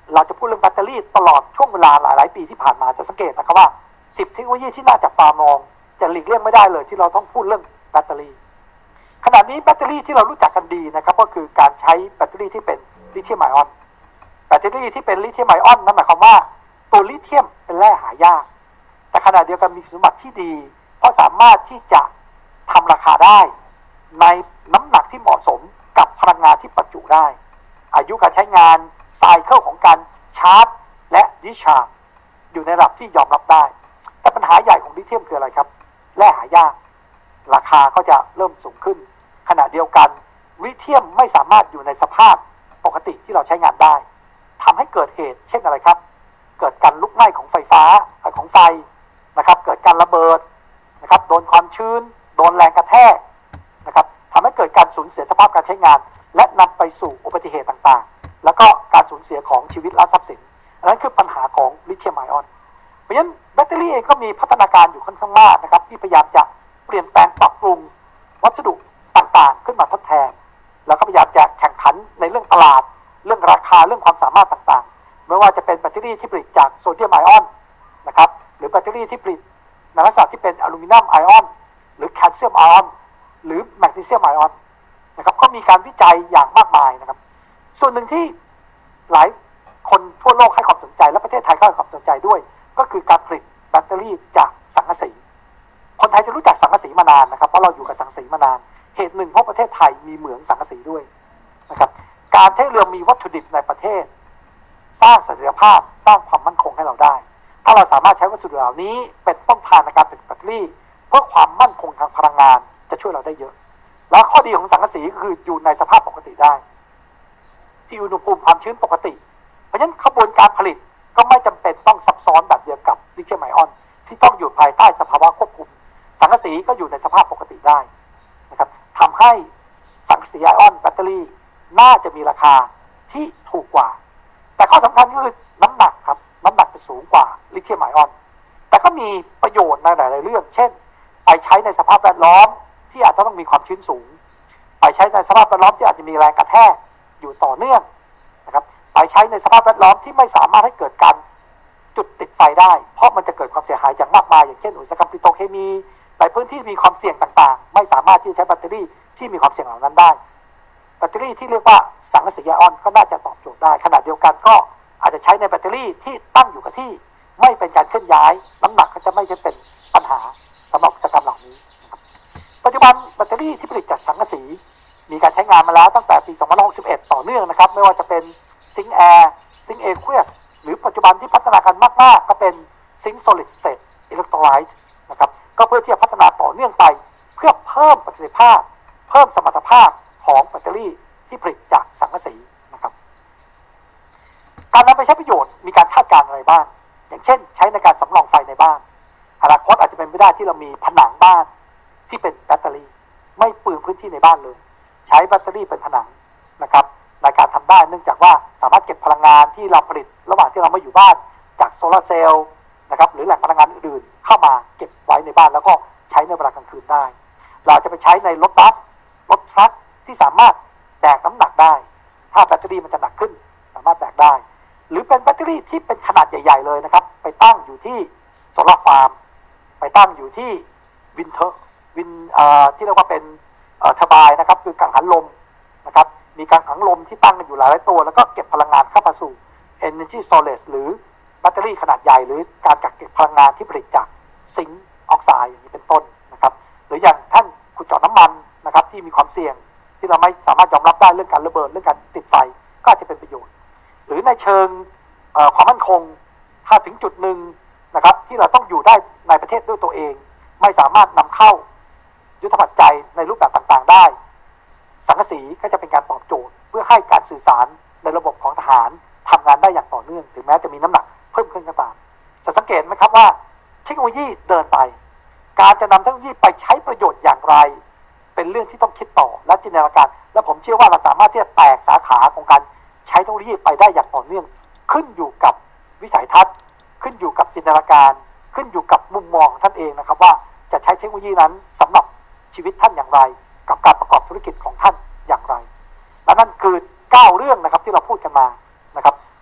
เราจะพูดเรื่องแบตเตอรี่ตลอดช่วงเวลาหลายๆปีที่ผ่านมาจะสังเกตนะครับว่า10เทคโนโลยีที่น่าจับตามองจะหลีกเลี่ยงไม่ได้เลยที่เราต้องพูดเรื่องแบตเตอรี่ขณะนี้แบตเตอรี่ที่เรารู้จักกันดีนะครับก็คือการใช้แบตเตอรี่ที่เป็นลิเธียมไอออนแบตเตอรี่ที่เป็นลิเธียมไอออนนั่นหมายความว่าตัวลิเธียมเป็นแร่หายากแต่ขณะเดียวกันมีสมบัติที่ดีเพราะสามารถที่จะทำราคาได้ในน้ำหนักที่เหมาะสมกับพลังงานที่บรรจุได้อายุการใช้งานไซเคิลของการชาร์จและดิชาร์จอยู่ในระดับที่ยอมรับได้แต่ปัญหาใหญ่ของลิเธียมคืออะไรครับแร่หายากราคาก็จะเริ่มสูงขึ้นขณะเดียวกันลิเธียมไม่สามารถอยู่ในสภาพปกติที่เราใช้งานได้ทำให้เกิดเหตุเช่นอะไรครับเกิดการลุกไหม้ของไฟฟ้าของไฟนะครับเกิดการระเบิดนะครับโดนความชื้นโดนแรงกระแทกนะครับทำให้เกิดการสูญเสียสภาพการใช้งานและนำไปสู่อุบัติเหตุต่างๆแล้วก็การสูญเสียของชีวิตและทรัพย์สินอันนั้นคือปัญหาของลิเธียมไอออนเพราะฉะนั้นแบตเตอรี่เองก็มีพัฒนาการอยู่ค่อนข้างมากนะครับที่พยายามจะเปลี่ยนแปลงปรับปรุงวัสดุต่างๆขึ้นมาทดแทนแล้วก็พยายามจะแข่งขันในเรื่องตลาดเรื่องราคาเรื่องความสามารถต่างๆไม่ว่าจะเป็นแบตเตอรี่ที่ผลิตจากโซเดียมไอออนนะครับหรือแบตเตอรี่ที่ผลิตในลักษณะที่เป็นอลูมิเนียมไอออนหรือแคลเซียมไอออนหรือแมกนีเซียมไอออนนะครับก็มีการวิจัยอย่างมากมายนะครับส่วนหนึ่งที่หลายคนทั่วโลกให้ความสนใจและประเทศไทยก็ให้ความสนใจด้วยก็คือการผลิตแบตเตอรี่จากสังกะสีคนไทยจะรู้จักสังกะสีมานานนะครับเพราะเราอยู่กับสังกะสีมานานเหตุหนึ่งเพราะประเทศไทยมีเหมืองสังกะสีด้วยนะครับการที่เรามีวัตถุดิบในประเทศสร้างเสถียรภาพสร้างความมั่นคงให้เราได้ถ้าเราสามารถใช้วัสดุเหล่านี้เป็นต้นทางในการผลิตแบตเตอรี่เพื่อความมั่นคงทางพลังงานจะช่วยเราได้เยอะแล้วข้อดีของสังกะสีก็คืออยู่ในสภาพปกติได้ที่อุณหภูมิความชื้นปกติเพราะฉะนั้นขบวนการผลิตก็ไม่จำเป็นต้องซับซ้อนแบบเดียวกับลิเธียมไอออนที่ต้องอยู่ภายใต้สภาวะควบคุมสังกะสีก็อยู่ในสภาพปกติได้นะครับทำให้สังกะสีไอออนแบตเตอรี่น่าจะมีราคาที่ถูกกว่าแต่ข้อสำคัญก็คือน้ำหนักครับน้ำหนักจะสูงกว่าลิเธียมไอออนแต่ก็มีประโยชน์ในหลายๆเรื่องเช่นไปใช้ในสภาพแวดล้อมที่อาจจะต้องมีความชื้นสูงไปใช้ในสภาพแวดล้อมที่อาจจะมีแรงกระแทกอยู่ต่อเนื่องนะครับไปใช้ในสภาพแวดล้อมที่ไม่สามารถให้เกิดการจุดติดไฟได้เพราะมันจะเกิดความเสียหายอย่างมากมายอย่างเช่นอุตสาหกรรมปิโตรเคมีในพื้นที่มีความเสี่ยงต่างๆไม่สามารถที่จะใช้แบตเตอรี่ที่มีความเสี่ยงเหล่านั้นได้แบตเตอรี่ที่เรียกว่าสังกะสีไอออนก็น่าจะตอบโจทย์ได้ขณะเดียวกันก็อาจจะใช้ในแบตเตอรี่ที่ตั้งอยู่กับที่ไม่เป็นการเคลื่อนย้ายน้ำหนักก็จะไม่ใช่เป็นปัญหาสำหรับอุตสาหกรรมเหล่านี้นะครับปัจจุบันแบตเตอรี่ที่ผลิตจากสังกะสีมีการใช้งานมาแล้วตั้งแต่ปี2561ต่อเนื่องนะครับไม่ว่าจะเป็นซิงค์แอร์ซิงค์เอควสหรือปัจจุบันที่พัฒนากันมากๆก็เป็นซิงค์โซลิดสเตทอิเล็กโทรไลต์นะครับก็เพื่อที่จะพัฒนาต่อเนื่องไปเพื่อเพิ่มประสิทธิภาพเพิ่มสมรรถภาพของแบตเตอรี่ที่ผลิตจากสังกะสีนะครับการนำไปใช้ประโยชน์มีการคาดการณ์อะไรบ้างอย่างเช่นใช้ในการสำรองไฟในบ้านอนาคตอาจจะเป็นไปได้ที่เรามีผนังบ้านที่เป็นแบตเตอรี่ไม่เปลืองพื้นที่ในบ้านเลยใช้แบตเตอรี่เป็นผนังนะครับในการทำได้เนื่องจากว่าสามารถเก็บพลังงานที่เราผลิตระหว่างที่เราไม่อยู่บ้านจากโซลาร์เซลล์นะครับหรือแหล่งพลังงานอื่นๆเข้ามาเก็บไว้ในบ้านแล้วก็ใช้ในเวลากลางคืนได้เราจะไปใช้ในรถบัสรถทรัคที่สามารถแบกน้ำหนักได้ถ้าแบตเตอรี่มันจะหนักขึ้นสามารถแบกได้หรือเป็นแบตเตอรี่ที่เป็นขนาดใหญ่ๆเลยนะครับไปตั้งอยู่ที่โซลาร์ฟาร์มไปตั้งอยู่ที่วินที่เรียกว่าเป็นเทอร์ไบน์นะครับคือกังหันลมนะครับมีกังหันลมที่ตั้งกันอยู่หลายตัวแล้วก็เก็บพลังงานเข้ามาสู่ Energy Storage หรือแบตเตอรี่ขนาดใหญ่หรือการกักเก็บพลังงานที่ผลิตจากซิงค์ออกไซด์อย่างนี้เป็นต้นนะครับหรืออย่างท่านขุดเจาะน้ำมันนะครับที่มีความเสี่ยงที่เราไม่สามารถยอมรับได้เรื่องการระเบิดเรื่องการติดไฟก็อาจจะเป็นประโยชน์หรือในเชิงความมั่นคงถ้าถึงจุดหนึ่งนะครับที่เราต้องอยู่ได้ในประเทศด้วยตัวเองไม่สามารถนำเข้ายุทธปัจจัยในรูปแบบต่างๆได้สังกะสีก็จะเป็นการตอบโจทย์เพื่อให้การสื่อสารในระบบของทหารทำงานได้อย่างต่อเนื่องถึงแม้จะมีน้ำหนักเพิ่มขึ้นก็ตามจะสังเกตไหมครับว่าเทคโนโลยีเดินไปการจะนำเทคโนโลยีไปใช้ประโยชน์อย่างไรเป็นเรื่องที่ต้องคิดต่อและจินตนาการและผมเชื่อว่าเราสามารถที่จะแตกสาขาของการใช้เทคโนโลยีไปได้อย่างต่อเนื่องขึ้นอยู่กับวิสัยทัศน์ขึ้นอยู่กับจินตนาการขึ้นอยู่กับมุมมองของท่านเองนะครับว่าจะใช้เทคโนโลยีนั้นสำหรับชีวิตท่านอย่างไรกับการประกอบธุรกิจของท่านอย่างไรและนั่นคือ9เรื่องนะครับที่เราพูดกันมานะครับ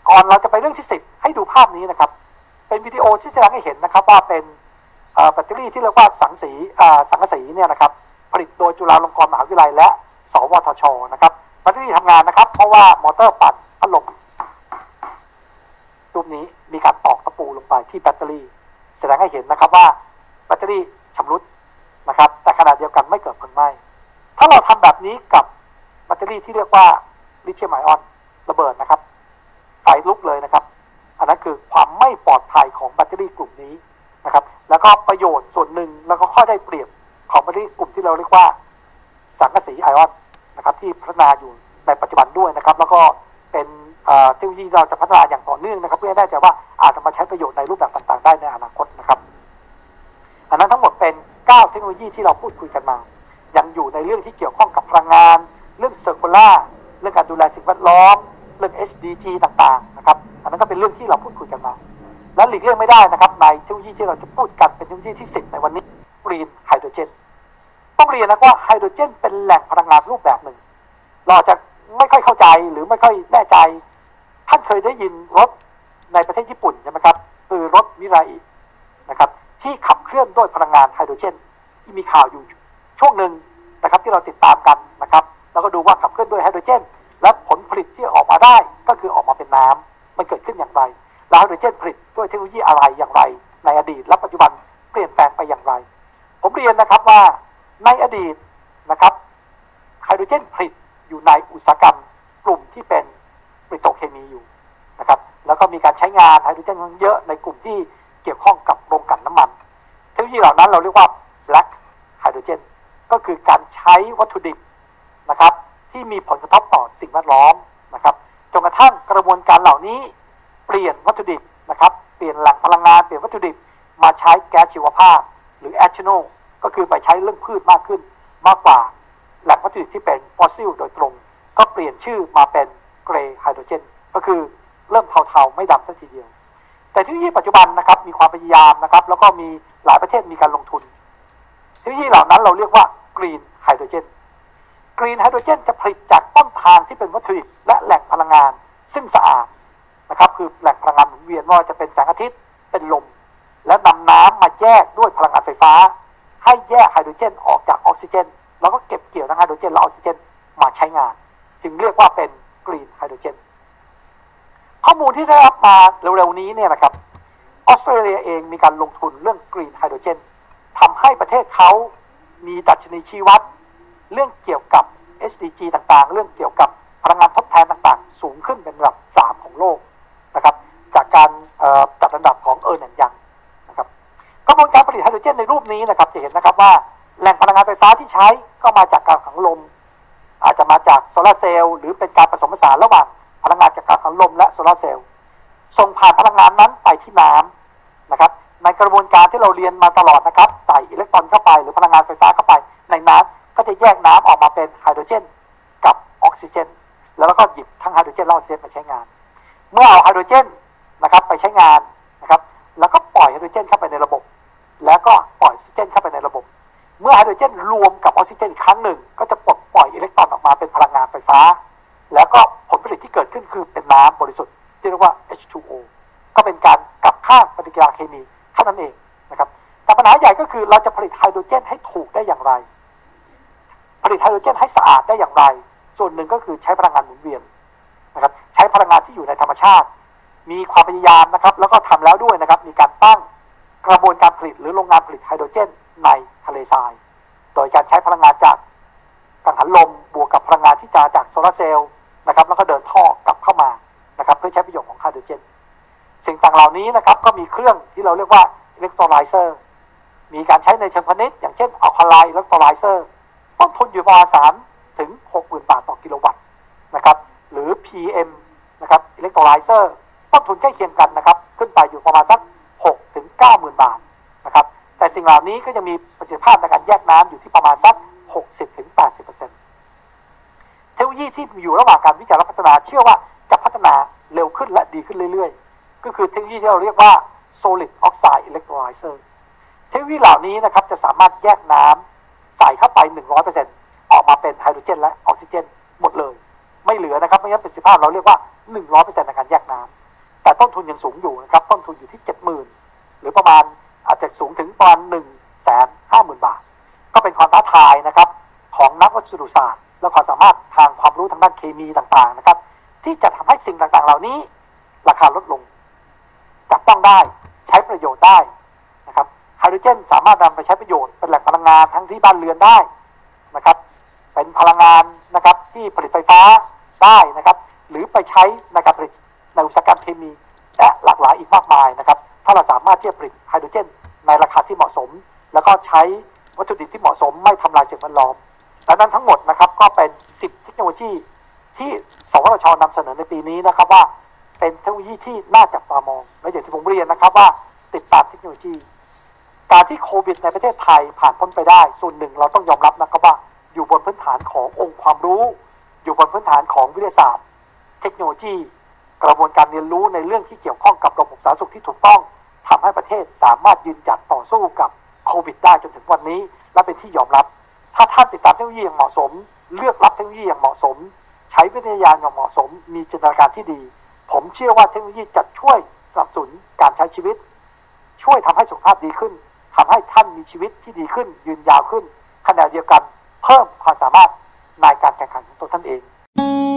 ก่อนเราจะไปเรื่องที่10ให้ดูภาพนี้นะครับเป็นวิดีโอที่แสดงให้เห็นนะครับว่าเป็นแบตเตอรี่ที่เรียกว่าสังกะสีเนี่ยนะครับผลิตโดยจุฬาลงกรณ์มหาวิทยาลัยและสวทชนะครับแบตเตอรี่ทำงานนะครับเพราะว่ามอเตอร์ปั่นพัดลมรูปนี้มีการตอกตะปูลงไปที่แบตเตอรี่แสดงให้เห็นนะครับว่าแบตเตอรี่ชำรุดนะครับแต่ขณะเดียวกันไม่เกิดเพลิงไหม้ถ้าเราทำแบบนี้กับแบตเตอรี่ที่เรียกว่าลิเธียมไอออนระเบิดนะครับไฟลุกเลยนะครับอันนั้นคือความไม่ปลอดภัยของแบตเตอรี่กลุ่มนี้นะครับแล้วก็ประโยชน์ส่วนหนึ่งแล้วก็ข้อได้เปรียบของแบตเตอรี่กลุ่มที่เราเรียกว่าสังกะสีไอออนนะครับที่พัฒนาอยู่ในปัจจุบันด้วยนะครับแล้วก็เป็นเทคโนโลยีเราจะพัฒนาอย่างต่อเนื่องนะครับเพื่อให้ได้ใจว่าอาจจะมาใช้ประโยชน์ในรูปแบบต่างๆได้ในอนาคตนะครับอันนั้นทั้งหมดเป็น9เทคโนโลยีที่เราพูดคุยกันมายังอยู่ในเรื่องที่เกี่ยวข้องกับพลังงานเรื่องเซอร์คูลาร์เรื่องการดูแลสิ่งแวดล้อมเรื่อง SDG ต่างๆนะครับอันนั้นก็เป็นเรื่องที่เราพูดคุยกันมาและหลีกเลี่ยงไม่ได้นะครับในเทคโนโลยีที่เราจะพูดกันเป็นเทคโนโลยีที่10ในวันนี้กรีนไฮโดรเจนต้องเรียนนะว่าไฮโดรเจนเป็นแหล่งพลังงานรูปแบบหนึ่งเราจะไม่ค่อยเข้าใจหรือไม่ค่อยแน่ใจท่านเคยได้ยินรถในประเทศญี่ปุ่นใช่ไหมครับคือรถมิราอินะครับที่ขับเคลื่อนด้วยพลังงานไฮโดรเจนที่มีข่าวอยู่ช่วงหนึ่งนะครับที่เราติดตามกันนะครับแล้วก็ดูว่าขับเคลื่อนด้วยไฮโดรเจนและผลผลิตที่ออกมาได้ก็คือออกมาเป็นน้ำมันเกิดขึ้นอย่างไรแล้วไฮโดรเจนผลิตด้วยเทคโนโลยีอะไรอย่างไรในอดีตและปัจจุบันเปลี่ยนแปลงไปอย่างไรผมเรียนนะครับว่าในอดีตนะครับไฮโดรเจนผลิตอยู่ในอุตสาหกรรมกลุ่มที่เป็นปิโตรเคมีอยู่นะครับแล้วก็มีการใช้งานไฮโดรเจนเยอะในกลุ่มที่เกี่ยวข้องกับโรงกลั่นน้ำมันเทคโนโลยีเหล่านั้นเราเรียกว่า black hydrogen ก็คือการใช้วัตถุดิบนะครับที่มีผลกระทบต่อสิ่งแวดล้อมนะครับจนกระทั่งกระบวนการเหล่านี้เปลี่ยนวัตถุดิบนะครับเปลี่ยนแหล่งพลังงานเปลี่ยนวัตถุดิบมาใช้แก๊สชีวภาพหรือแอชโนก็คือไปใช้เรื่องพืชมากขึ้นมากกว่าแหล่งวัตถุดิบที่เป็นฟอสซิลโดยตรงก็เปลี่ยนชื่อมาเป็นเกรย์ไฮโดรเจนก็คือเริ่มเทาๆไม่ดำสักทีเดียวแต่เทคโนโลยีปัจจุบันนะครับมีความพยายามนะครับแล้วก็มีหลายประเทศมีการลงทุนเทคโนโลยีเหล่านั้นเราเรียกว่ากรีนไฮโดรเจนกรีนไฮโดรเจนจะผลิตจากต้นทางที่เป็นวัตถุดิบและแหล่งพลังงานซึ่งสะอาดนะครับคือแหล่งพลังงานหมุนเวียนว่าจะเป็นแสงอาทิตย์เป็นลมและนำน้ำมาแยกด้วยพลังงานไฟฟ้าให้แยกไฮโดรเจนออกจากออกซิเจนแล้วก็เก็บเกี่ยวทั้งไฮโดรเจนและออกซิเจนมาใช้งานจึงเรียกว่าเป็นกรีนไฮโดรเจนข้อมูลที่ได้รับมาเร็วๆนี้เนี่ยนะครับออสเตรเลียเองมีการลงทุนเรื่องกรีนไฮโดรเจนทำให้ประเทศเขามีดัชนีชี้วัดเรื่องเกี่ยวกับ SDG ต่างๆเรื่องเกี่ยวกับพลังงานทดแทนต่างๆสูงขึ้นเป็นระดับ3ของโลกนะครับจากการจัดอันดับของยังนะครับกระบวนการผลิตไฮโดรเจนในรูปนี้นะครับจะเห็นนะครับว่าแหล่งพลังงานไฟฟ้าที่ใช้ก็มาจากการขังลมอาจจะมาจากโซลาร์เซลล์หรือเป็นการผสมผสานระหว่างพลังงานจากการขังลมและโซลาร์เซลล์ส่งผ่านพลังงานนั้นไปที่น้ำนะครับในกระบวนการที่เราเรียนมาตลอดนะครับใส่อิเล็กตรอนเข้าไปหรือพลังงานไฟฟ้าเข้าไปในน้ำก็จะแยกน้ำออกมาเป็นไฮโดรเจนกับออกซิเจนแล้วก็หยิบทั้งไฮโดรเจนและออกซิเจนมาใช้งานเมื่อเอาไฮโดรเจนนะครับไปใช้งานนะครับแล้วก็ปล่อยไฮโดรเจนเข้าไปในระบบแล้วก็ปล่อยออกซิเจนเข้าไปในระบบเมื่อไฮโดรเจนรวมกับออกซิเจนอีกครั้งหนึ่งก็จะปลดปล่อยอิเล็กตรอนออกมาเป็นพลังงานไฟฟ้าแล้วก็ผลผลิตที่เกิดขึ้นคือเป็นน้ำบริสุทธิ์ที่เรียกว่า H2O ก็เป็นการกลับข้างปฏิกิริยาเคมีเท่านั้นเองนะครับแต่ปัญหาใหญ่ก็คือเราจะผลิตไฮโดรเจนให้ถูกได้อย่างไรผลิตไฮโดรเจนให้สะอาดได้อย่างไรส่วนหนึ่งก็คือใช้พลังงานหมุนเวียนนะครับใช้พลังงานที่อยู่ในธรรมชาติมีความพยายามนะครับแล้วก็ทำแล้วด้วยนะครับมีการตั้งกระบวนการผลิตหรือโรงงานผลิตไฮโดรเจนในทะเลทรายโดยการใช้พลังงานจากกังหันลมบวกกับพลังงานที่จะจากโซลาร์เซลล์นะครับแล้วก็เดินท่อกลับเข้ามานะครับเพื่อใช้ประโยชน์ของไฮโดรเจนสิ่งต่างเหล่านี้นะครับก็มีเครื่องที่เราเรียกว่าอิเล็กโทรไลเซอร์มีการใช้ในเชิงพาณิชย์อย่างเช่นอัลคาไลน์อิเล็กโทรไลเซอร์ต้นทุนอยู่ประมาณ3 ถึง 60,000 บาทต่อกิโลวัตต์นะครับหรือ PM นะครับอิเล็กโทรไลเซอร์ต้นทุนใกล้เคียงกันนะครับขึ้นไปอยู่ประมาณสัก6 ถึง 90,000 บาทนะครับแต่สิ่งเหล่านี้ก็จะมีประสิทธิภาพในการแยกน้ำอยู่ที่ประมาณสัก 60 ถึง 80% เทคโนโลยีที่อยู่ระหว่างการวิจัยและพัฒนาเชื่อว่าจะพัฒนาเร็วขึ้นและดีขึ้นเรื่อยๆก็คือเทคโนโลยีที่เราเรียกว่า solid oxide electrolyzer เทคโนโลยีเหล่านี้นะครับจะสามารถแยกน้ำใส่เข้าไป 100% ออกมาเป็นไฮโดรเจนและออกซิเจนหมดเลยไม่เหลือนะครับไม่งั้นประสิทธิภาพเราเรียกว่า 100% ในการแยกน้แต่ต้นทุนยังสูงอยู่นะครับต้นทุนอยู่ที่ 70,000 หรือประมาณอาจจะสูงถึงประมาณ 150,000 บาทก็เป็นความท้าทายนะครับของนักวัสดุศาสตร์และความสามารถทางความรู้ทางด้านเคมีต่างๆนะครับที่จะทำให้สิ่งต่างๆเหล่านี้ราคาลดลงจับต้องได้ใช้ประโยชน์ได้นะครับไฮโดรเจนสามารถนำไปใช้ประโยชน์เป็นแหล่งพลังงานทั้งที่บ้านเรือนได้นะครับเป็นพลังงานนะครับที่ผลิตไฟฟ้าได้นะครับหรือไปใช้ในการผลิตในอุตสาหกรรมเคมีและหลากหลายอีกมากมายนะครับถ้าเราสามารถที่จะผลิตไฮโดรเจนในราคาที่เหมาะสมแล้วก็ใช้วัตถุดิบที่เหมาะสมไม่ทำลายสิ่งแวดล้อมดังนั้นทั้งหมดนะครับก็เป็น10เทคโนโลยีที่สวทช.นำเสนอในปีนี้นะครับว่าเป็นเทคโนโลยีที่น่าจับตามองและอย่างที่ผมเรียนนะครับว่าติดตามเทคโนโลยีการที่โควิดในประเทศไทยผ่านพ้นไปได้ส่วนหนึ่งเราต้องยอมรับนะครับว่าอยู่บนพื้นฐานขององค์ความรู้อยู่บนพื้นฐานของวิทยาศาสตร์เทคโนโลยีกระบวนการเรียนรู้ในเรื่องที่เกี่ยวข้องกับระบบสาธารณสุขที่ถูกต้องทำให้ประเทศสามารถยืนหยัดต่อสู้กับโควิดได้จนถึงวันนี้และเป็นที่ยอมรับถ้าท่านติดตามเทคโนโลยีอย่างเหมาะสมเลือกรับเทคโนโลยีอย่างเหมาะสมใช้วิทยาญาณอย่างเหมาะสมมีจินตนาการที่ดีผมเชื่อว่าเทคโนโลยีจะช่วยสนับสนุนการใช้ชีวิตช่วยทำให้สุขภาพดีขึ้นทำให้ท่านมีชีวิตที่ดีขึ้นยืนยาวขึ้นขณะเดียวกันเพิ่มความสามารถในการแข่งขันของตัวท่านเอง